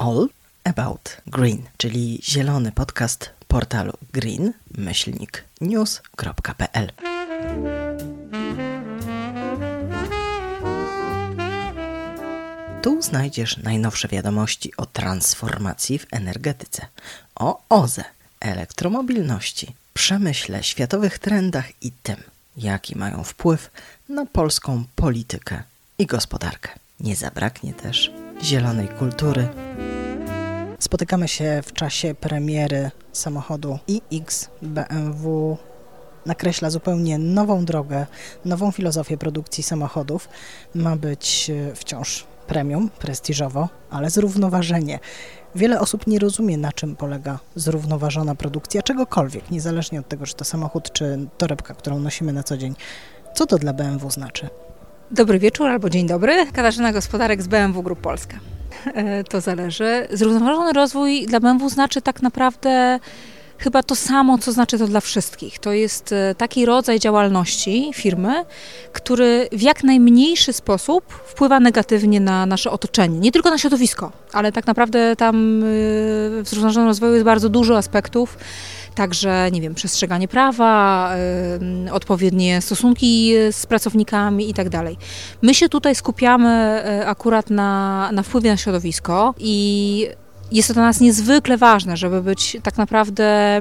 All About Green, czyli zielony podcast portalu green-news.pl. Tu znajdziesz najnowsze wiadomości o transformacji w energetyce, o OZE, elektromobilności, przemyśle, światowych trendach i tym, jaki mają wpływ na polską politykę i gospodarkę. Nie zabraknie też zielonej kultury. Spotykamy się w czasie premiery samochodu iX. BMW nakreśla zupełnie nową drogę, nową filozofię produkcji samochodów. Ma być wciąż premium, prestiżowo, ale zrównoważenie. Wiele osób nie rozumie, na czym polega zrównoważona produkcja czegokolwiek, niezależnie od tego, czy to samochód, czy torebka, którą nosimy na co dzień. Co to dla BMW znaczy? Dobry wieczór albo dzień dobry. Katarzyna Gospodarek z BMW Group Polska. To zależy. Zrównoważony rozwój dla BMW znaczy tak naprawdę chyba to samo, co znaczy to dla wszystkich. To jest taki rodzaj działalności firmy, który w jak najmniejszy sposób wpływa negatywnie na nasze otoczenie. Nie tylko na środowisko, ale tak naprawdę tam w zrównoważonym rozwoju jest bardzo dużo aspektów. Także, nie wiem, przestrzeganie prawa, odpowiednie stosunki z pracownikami i tak dalej. My się tutaj skupiamy akurat na wpływie na środowisko i jest to dla nas niezwykle ważne, żeby być tak naprawdę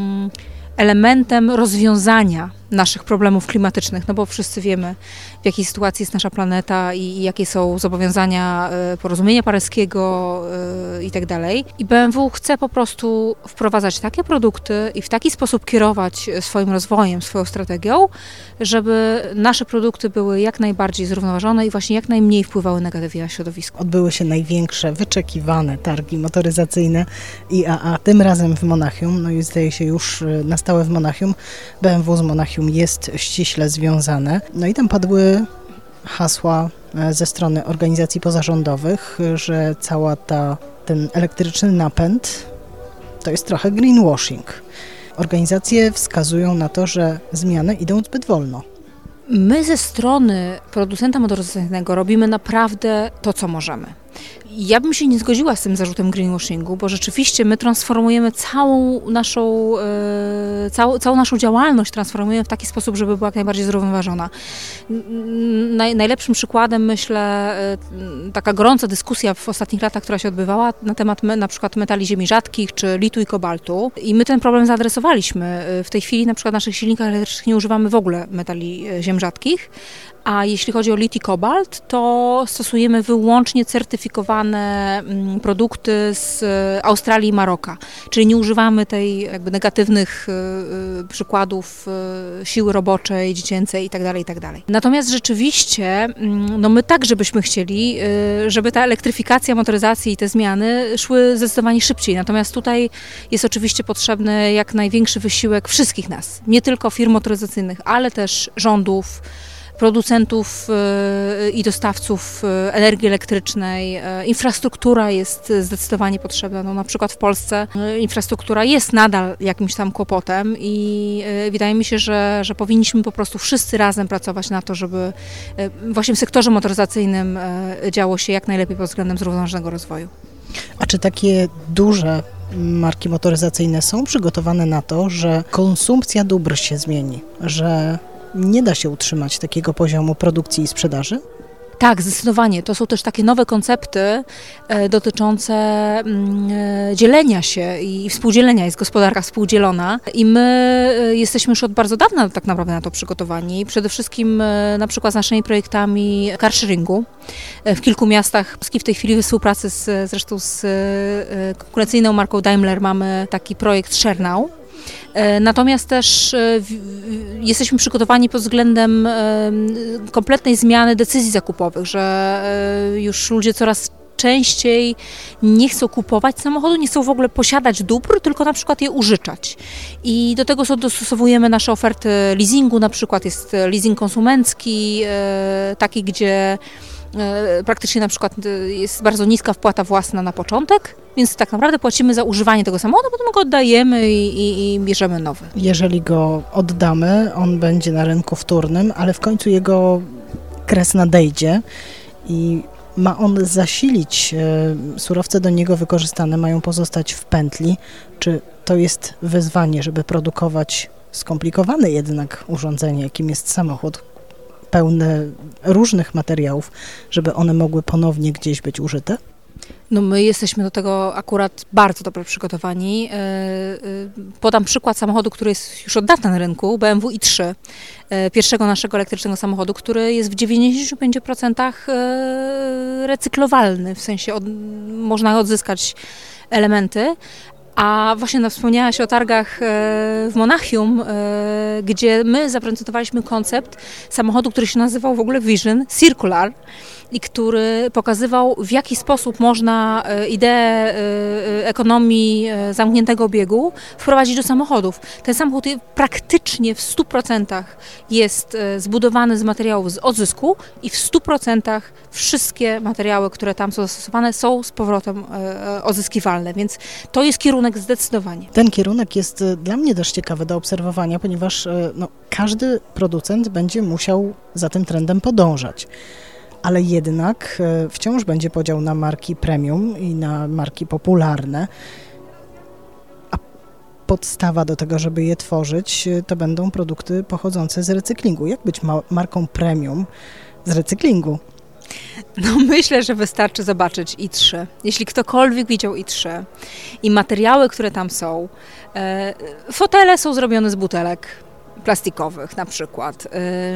elementem rozwiązania naszych problemów klimatycznych, no bo wszyscy wiemy, w jakiej sytuacji jest nasza planeta i jakie są zobowiązania porozumienia paryskiego i tak dalej. I BMW chce po prostu wprowadzać takie produkty i w taki sposób kierować swoim rozwojem, swoją strategią, żeby nasze produkty były jak najbardziej zrównoważone i właśnie jak najmniej wpływały negatywnie na środowisko. Odbyły się największe, wyczekiwane targi motoryzacyjne IAA, tym razem w Monachium, no i zdaje się już na stałe w Monachium. BMW z Monachium jest ściśle związane. No i tam padły hasła ze strony organizacji pozarządowych, że ten elektryczny napęd to jest trochę greenwashing. Organizacje wskazują na to, że zmiany idą zbyt wolno. My ze strony producenta motoryzacyjnego robimy naprawdę to, co możemy. Ja bym się nie zgodziła z tym zarzutem greenwashingu, bo rzeczywiście my transformujemy całą naszą działalność transformujemy w taki sposób, żeby była jak najbardziej zrównoważona. Najlepszym przykładem, myślę, taka gorąca dyskusja w ostatnich latach, która się odbywała na temat na przykład metali ziemi rzadkich, czy litu i kobaltu. I my ten problem zaadresowaliśmy. W tej chwili na przykład w naszych silnikach elektrycznych nie używamy w ogóle metali ziem rzadkich. A jeśli chodzi o lit i kobalt, to stosujemy wyłącznie certyfikowane produkty z Australii i Maroka. Czyli nie używamy tej jakby negatywnych przykładów siły roboczej, dziecięcej itd., itd. Natomiast rzeczywiście, no my także byśmy chcieli, żeby ta elektryfikacja motoryzacji i te zmiany szły zdecydowanie szybciej. Natomiast tutaj jest oczywiście potrzebny jak największy wysiłek wszystkich nas. Nie tylko firm motoryzacyjnych, ale też rządów, producentów i dostawców energii elektrycznej. Infrastruktura jest zdecydowanie potrzebna. No, na przykład w Polsce infrastruktura jest nadal jakimś tam kłopotem i wydaje mi się, że powinniśmy po prostu wszyscy razem pracować na to, żeby właśnie w sektorze motoryzacyjnym działo się jak najlepiej pod względem zrównoważonego rozwoju. A czy takie duże marki motoryzacyjne są przygotowane na to, że konsumpcja dóbr się zmieni, że nie da się utrzymać takiego poziomu produkcji i sprzedaży? Tak, zdecydowanie. To są też takie nowe koncepty dotyczące dzielenia się i współdzielenia. Jest gospodarka współdzielona i my jesteśmy już od bardzo dawna tak naprawdę na to przygotowani. Przede wszystkim na przykład z naszymi projektami carsharingu. W kilku miastach w tej chwili we współpracy zresztą z konkurencyjną marką Daimler mamy taki projekt ShareNow. Natomiast też jesteśmy przygotowani pod względem kompletnej zmiany decyzji zakupowych, że już ludzie coraz częściej nie chcą kupować samochodu, nie chcą w ogóle posiadać dóbr, tylko na przykład je użyczać. I do tego dostosowujemy nasze oferty leasingu, na przykład jest leasing konsumencki, taki, gdzie praktycznie na przykład jest bardzo niska wpłata własna na początek, więc tak naprawdę płacimy za używanie tego samochodu, potem go oddajemy i bierzemy nowy. Jeżeli go oddamy, on będzie na rynku wtórnym, ale w końcu jego kres nadejdzie i Ma on zasilić, surowce do niego wykorzystane mają pozostać w pętli. Czy to jest wyzwanie, żeby produkować skomplikowane jednak urządzenie, jakim jest samochód, pełne różnych materiałów, żeby one mogły ponownie gdzieś być użyte? No my jesteśmy do tego akurat bardzo dobrze przygotowani. Podam przykład samochodu, który jest już od dawna na rynku, BMW i3, pierwszego naszego elektrycznego samochodu, który jest w 95% recyklowalny, w sensie można odzyskać elementy. A właśnie wspomniałaś o targach w Monachium, gdzie my zaprezentowaliśmy koncept samochodu, który się nazywał w ogóle Vision Circular i który pokazywał, w jaki sposób można ideę ekonomii zamkniętego obiegu wprowadzić do samochodów. Ten samochód praktycznie w 100% jest zbudowany z materiałów z odzysku i w 100% wszystkie materiały, które tam są zastosowane, są z powrotem odzyskiwalne, więc to jest kierunek zdecydowanie. Ten kierunek jest dla mnie też ciekawy do obserwowania, ponieważ każdy producent będzie musiał za tym trendem podążać. Ale jednak wciąż będzie podział na marki premium i na marki popularne, a podstawa do tego, żeby je tworzyć, to będą produkty pochodzące z recyklingu. Jak być marką premium z recyklingu? No myślę, że wystarczy zobaczyć i3. Jeśli ktokolwiek widział i3 i materiały, które tam są, fotele są zrobione z butelek plastikowych na przykład.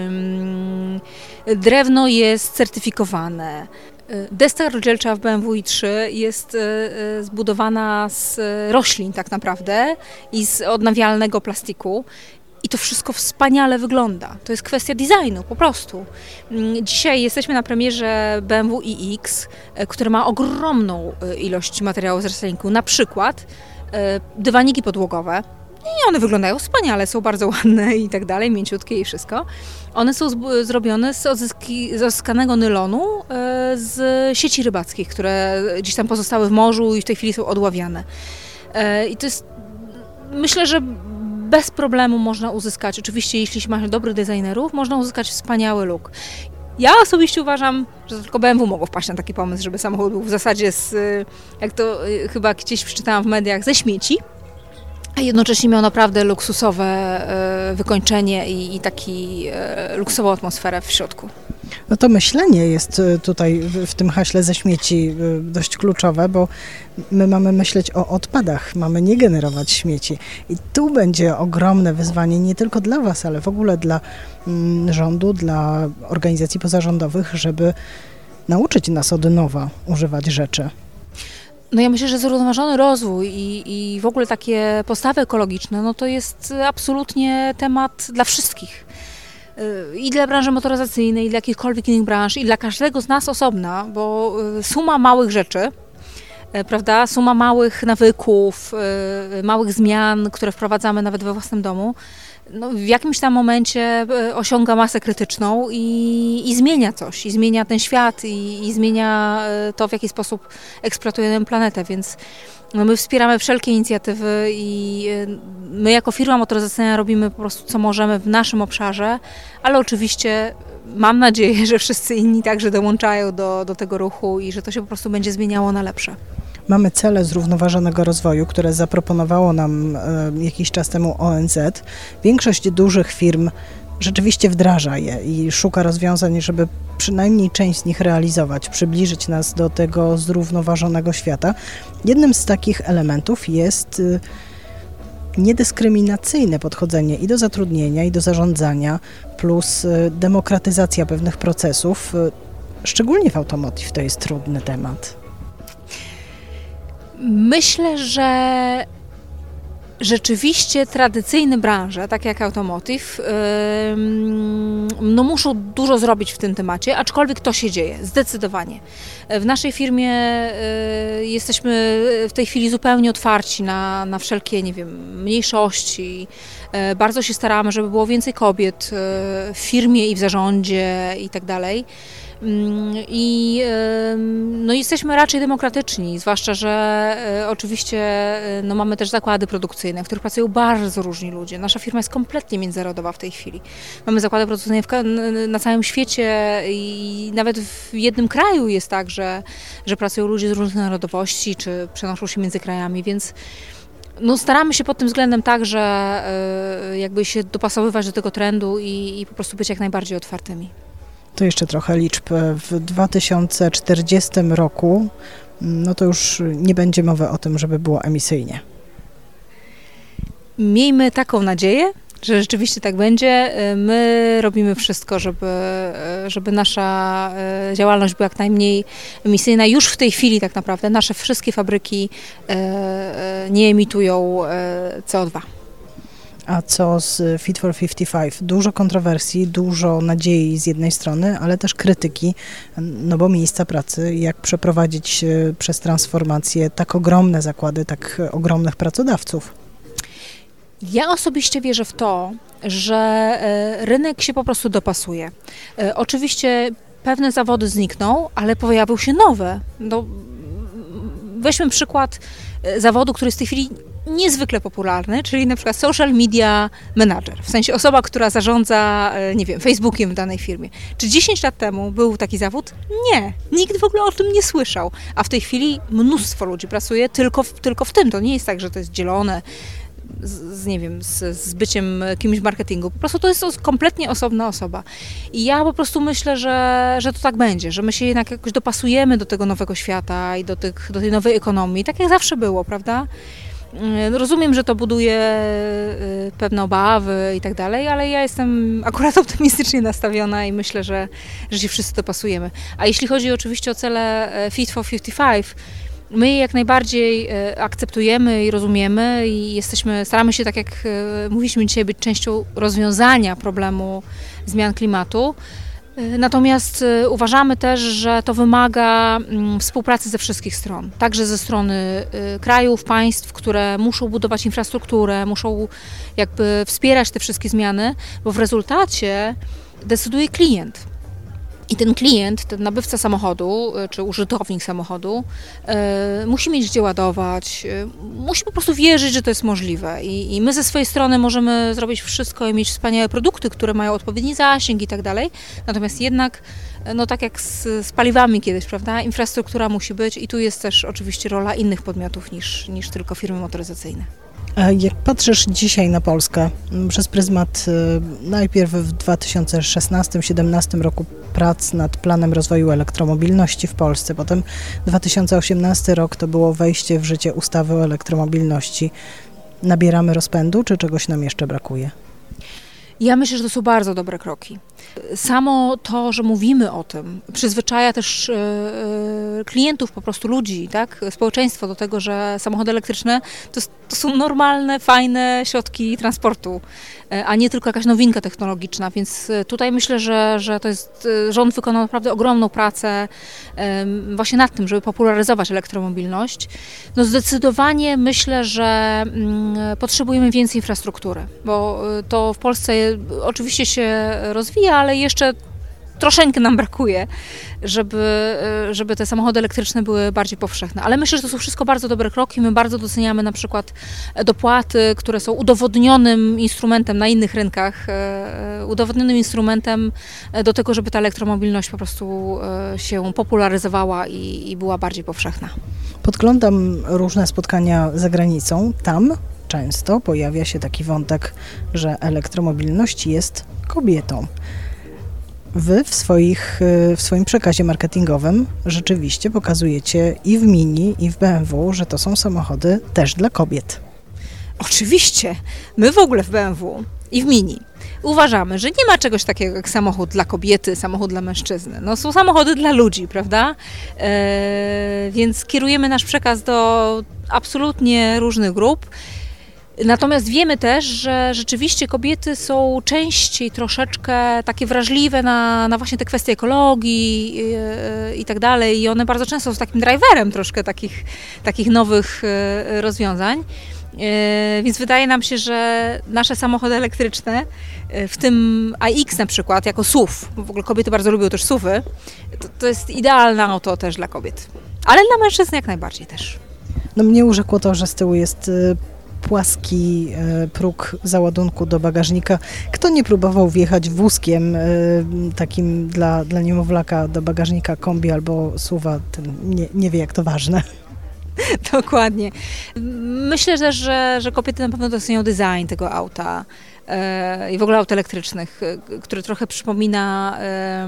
Drewno jest certyfikowane. Deska rozdzielcza w BMW i3 jest zbudowana z roślin tak naprawdę i z odnawialnego plastiku. I to wszystko wspaniale wygląda. To jest kwestia designu, po prostu. Dzisiaj jesteśmy na premierze BMW iX, który ma ogromną ilość materiałów z recyklingu. Na przykład dywaniki podłogowe. I one wyglądają wspaniale, są bardzo ładne i tak dalej, mięciutkie i wszystko. One są zrobione z odzyskanego nylonu z sieci rybackich, które gdzieś tam pozostały w morzu i w tej chwili są odławiane. I to jest, myślę, że bez problemu można uzyskać, oczywiście jeśli się ma dobrych designerów, można uzyskać wspaniały look. Ja osobiście uważam, że tylko BMW mogło wpaść na taki pomysł, żeby samochód był w zasadzie jak to chyba gdzieś przeczytałam w mediach, ze śmieci, a jednocześnie miał naprawdę luksusowe wykończenie i taki luksusową atmosferę w środku. No to myślenie jest tutaj w tym haśle ze śmieci dość kluczowe, bo my mamy myśleć o odpadach, mamy nie generować śmieci. I tu będzie ogromne wyzwanie nie tylko dla Was, ale w ogóle dla rządu, dla organizacji pozarządowych, żeby nauczyć nas od nowa używać rzeczy. No ja myślę, że zrównoważony rozwój i w ogóle takie postawy ekologiczne, no to jest absolutnie temat dla wszystkich. I dla branży motoryzacyjnej, i dla jakichkolwiek innych branż, i dla każdego z nas osobna, bo suma małych rzeczy, prawda, suma małych nawyków, małych zmian, które wprowadzamy nawet we własnym domu, no, w jakimś tam momencie osiąga masę krytyczną i zmienia coś, i zmienia ten świat, i zmienia to, w jaki sposób eksploatujemy planetę, więc no, my wspieramy wszelkie inicjatywy i my jako firma motoryzacyjna robimy po prostu co możemy w naszym obszarze, ale oczywiście mam nadzieję, że wszyscy inni także dołączają do tego ruchu i że to się po prostu będzie zmieniało na lepsze. Mamy cele zrównoważonego rozwoju, które zaproponowało nam jakiś czas temu ONZ. Większość dużych firm rzeczywiście wdraża je i szuka rozwiązań, żeby przynajmniej część z nich realizować, przybliżyć nas do tego zrównoważonego świata. Jednym z takich elementów jest niedyskryminacyjne podchodzenie i do zatrudnienia, i do zarządzania, plus demokratyzacja pewnych procesów. Szczególnie w automotive to jest trudny temat. Myślę, że rzeczywiście tradycyjne branże, tak jak automotive, no muszą dużo zrobić w tym temacie, aczkolwiek to się dzieje, zdecydowanie. W naszej firmie jesteśmy w tej chwili zupełnie otwarci na wszelkie, nie wiem, mniejszości. Bardzo się staramy, żeby było więcej kobiet w firmie i w zarządzie i tak dalej. I no, jesteśmy raczej demokratyczni, zwłaszcza, że oczywiście no, mamy też zakłady produkcyjne, w których pracują bardzo różni ludzie. Nasza firma jest kompletnie międzynarodowa w tej chwili. Mamy zakłady produkcyjne na całym świecie i nawet w jednym kraju jest tak, że pracują ludzie z różnych narodowości, czy przenoszą się między krajami, więc no, staramy się pod tym względem także jakby się dopasowywać do tego trendu i po prostu być jak najbardziej otwartymi. To jeszcze trochę liczb. W 2040 roku no to już nie będzie mowy o tym, żeby było emisyjnie. Miejmy taką nadzieję, że rzeczywiście tak będzie. My robimy wszystko, żeby nasza działalność była jak najmniej emisyjna. Już w tej chwili tak naprawdę nasze wszystkie fabryki nie emitują CO2. A co z Fit for 55? Dużo kontrowersji, dużo nadziei z jednej strony, ale też krytyki, no bo miejsca pracy, jak przeprowadzić przez transformację tak ogromne zakłady, tak ogromnych pracodawców? Ja osobiście wierzę w to, że rynek się po prostu dopasuje. Oczywiście pewne zawody znikną, ale pojawią się nowe. No, weźmy przykład zawodu, który jest w tej chwili niezwykle popularny, czyli na przykład social media manager, w sensie osoba, która zarządza, nie wiem, Facebookiem w danej firmie. Czy 10 lat temu był taki zawód? Nie. Nikt w ogóle o tym nie słyszał. A w tej chwili mnóstwo ludzi pracuje tylko w tym. To nie jest tak, że to jest dzielone nie wiem, z byciem kimś w marketingu. Po prostu to jest kompletnie osobna osoba. I ja po prostu myślę, że to tak będzie, że my się jednak jakoś dopasujemy do tego nowego świata i do tej nowej ekonomii, tak jak zawsze było, prawda? Rozumiem, że to buduje pewne obawy i tak dalej, ale ja jestem akurat optymistycznie nastawiona i myślę, że się wszyscy dopasujemy. A jeśli chodzi oczywiście o cele Fit for 55, my je jak najbardziej akceptujemy i rozumiemy i staramy się, tak jak mówiliśmy dzisiaj, być częścią rozwiązania problemu zmian klimatu. Natomiast uważamy też, że to wymaga współpracy ze wszystkich stron, także ze strony krajów, państw, które muszą budować infrastrukturę, muszą jakby wspierać te wszystkie zmiany, bo w rezultacie decyduje klient. I ten klient, ten nabywca samochodu, czy użytkownik samochodu musi mieć gdzie ładować, musi po prostu wierzyć, że to jest możliwe. I my ze swojej strony możemy zrobić wszystko i mieć wspaniałe produkty, które mają odpowiedni zasięg i tak dalej. Natomiast jednak, no tak jak z paliwami kiedyś, prawda, infrastruktura musi być i tu jest też oczywiście rola innych podmiotów niż tylko firmy motoryzacyjne. Jak patrzysz dzisiaj na Polskę przez pryzmat najpierw w 2016-2017 roku prac nad planem rozwoju elektromobilności w Polsce, potem 2018 rok to było wejście w życie ustawy o elektromobilności. Nabieramy rozpędu, czy czegoś nam jeszcze brakuje? Ja myślę, że to są bardzo dobre kroki. Samo to, że mówimy o tym, przyzwyczaja też klientów, po prostu ludzi, tak, społeczeństwo do tego, że samochody elektryczne to są normalne, fajne środki transportu, a nie tylko jakaś nowinka technologiczna, więc tutaj myślę, że to jest, rząd wykonał naprawdę ogromną pracę właśnie nad tym, żeby popularyzować elektromobilność. No zdecydowanie myślę, że potrzebujemy więcej infrastruktury, bo to w Polsce oczywiście się rozwija, ale jeszcze troszeczkę nam brakuje, żeby te samochody elektryczne były bardziej powszechne. Ale myślę, że to są wszystko bardzo dobre kroki. My bardzo doceniamy na przykład dopłaty, które są udowodnionym instrumentem na innych rynkach, udowodnionym instrumentem do tego, żeby ta elektromobilność po prostu się popularyzowała i była bardziej powszechna. Podglądam różne spotkania za granicą. Tam często pojawia się taki wątek, że elektromobilność jest kobietą. Wy w swoim przekazie marketingowym rzeczywiście pokazujecie i w Mini, i w BMW, że to są samochody też dla kobiet. Oczywiście. My w ogóle w BMW i w Mini uważamy, że nie ma czegoś takiego jak samochód dla kobiety, samochód dla mężczyzny. No, są samochody dla ludzi, prawda? Więc kierujemy nasz przekaz do absolutnie różnych grup. Natomiast wiemy też, że rzeczywiście kobiety są częściej troszeczkę takie wrażliwe na właśnie te kwestie ekologii i tak dalej i one bardzo często są takim driverem troszkę takich nowych rozwiązań. Więc wydaje nam się, że nasze samochody elektryczne, w tym iX na przykład, jako SUV, bo w ogóle kobiety bardzo lubią też SUVy, to jest idealne auto też dla kobiet. Ale dla mężczyzn jak najbardziej też. No mnie urzekło to, że z tyłu jest płaski próg załadunku do bagażnika. Kto nie próbował wjechać wózkiem takim dla niemowlaka do bagażnika kombi albo SUV-a, ten nie wie, jak to ważne. Dokładnie. Myślę też, że kobiety na pewno docenią design tego auta i w ogóle aut elektrycznych, który trochę przypomina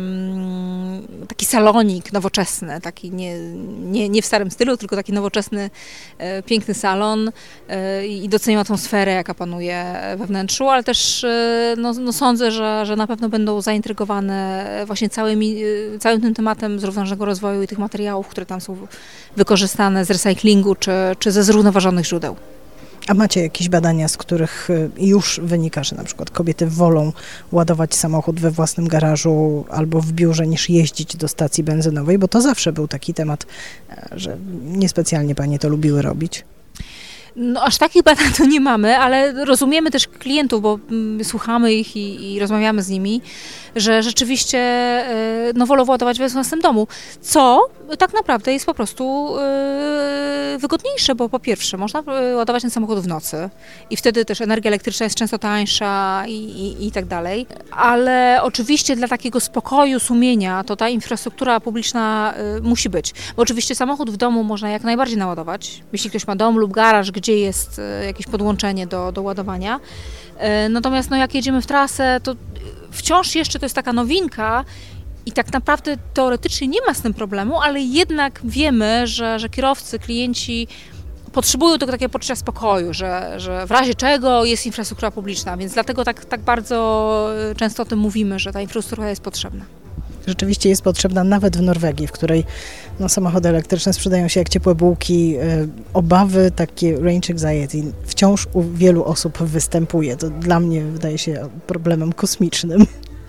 taki salonik nowoczesny, taki nie w starym stylu, tylko taki nowoczesny, piękny salon i docenią atmosferę, jaka panuje we wnętrzu, ale też sądzę, że na pewno będą zaintrygowane właśnie całym tym tematem zrównoważonego rozwoju i tych materiałów, które tam są wykorzystane z recyklingu czy ze zrównoważonych źródeł. A macie jakieś badania, z których już wynika, że na przykład kobiety wolą ładować samochód we własnym garażu albo w biurze, niż jeździć do stacji benzynowej? Bo to zawsze był taki temat, że niespecjalnie panie to lubiły robić. No aż takich badań to nie mamy, ale rozumiemy też klientów, bo słuchamy ich i rozmawiamy z nimi, że rzeczywiście wolą ładować we własnym domu, co tak naprawdę jest po prostu wygodniejsze, bo po pierwsze można ładować ten samochód w nocy i wtedy też energia elektryczna jest często tańsza i tak dalej, ale oczywiście dla takiego spokoju sumienia to ta infrastruktura publiczna musi być, bo oczywiście samochód w domu można jak najbardziej naładować, jeśli ktoś ma dom lub garaż, gdzie jest jakieś podłączenie do ładowania. Natomiast jak jedziemy w trasę, to wciąż jeszcze to jest taka nowinka i tak naprawdę teoretycznie nie ma z tym problemu, ale jednak wiemy, że kierowcy, klienci potrzebują tego takiego poczucia spokoju, że w razie czego jest infrastruktura publiczna, więc dlatego tak bardzo często o tym mówimy, że ta infrastruktura jest potrzebna. Rzeczywiście jest potrzebna nawet w Norwegii, w której samochody elektryczne sprzedają się jak ciepłe bułki. Obawy, takie range anxiety wciąż u wielu osób występuje. To dla mnie wydaje się problemem kosmicznym.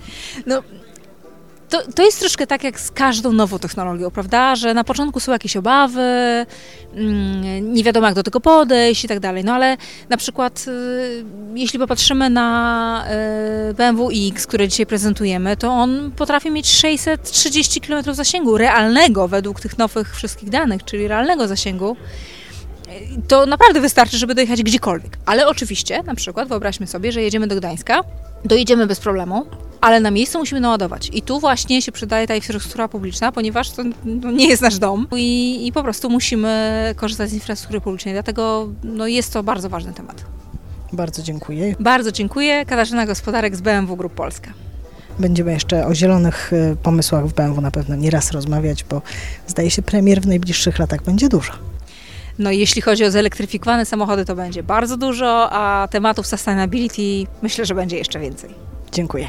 To jest troszkę tak jak z każdą nową technologią, prawda, że na początku są jakieś obawy, nie wiadomo jak do tego podejść i tak dalej, ale na przykład jeśli popatrzymy na BMW X, które dzisiaj prezentujemy, to on potrafi mieć 630 km zasięgu realnego według tych nowych wszystkich danych, czyli realnego zasięgu. To naprawdę wystarczy, żeby dojechać gdziekolwiek. Ale oczywiście, na przykład wyobraźmy sobie, że jedziemy do Gdańska, dojedziemy bez problemu, ale na miejscu musimy naładować. I tu właśnie się przydaje ta infrastruktura publiczna, ponieważ to nie jest nasz dom i po prostu musimy korzystać z infrastruktury publicznej. Dlatego jest to bardzo ważny temat. Bardzo dziękuję. Bardzo dziękuję. Katarzyna Gospodarek z BMW Group Polska. Będziemy jeszcze o zielonych pomysłach w BMW na pewno nie raz rozmawiać, bo zdaje się premier w najbliższych latach będzie dużo. Jeśli chodzi o zelektryfikowane samochody, to będzie bardzo dużo, a tematów sustainability myślę, że będzie jeszcze więcej. Dziękuję.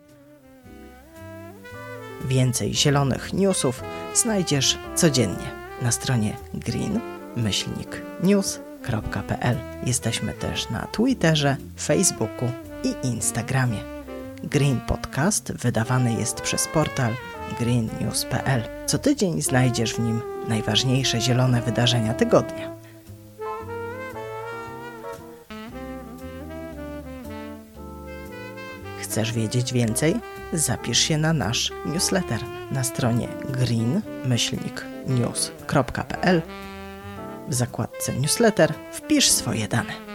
Więcej zielonych newsów znajdziesz codziennie na stronie green-news.pl. Jesteśmy też na Twitterze, Facebooku i Instagramie. Green Podcast wydawany jest przez portal greennews.pl. Co tydzień znajdziesz w nim najważniejsze zielone wydarzenia tygodnia. Chcesz wiedzieć więcej? Zapisz się na nasz newsletter na stronie green-news.pl. W zakładce newsletter wpisz swoje dane.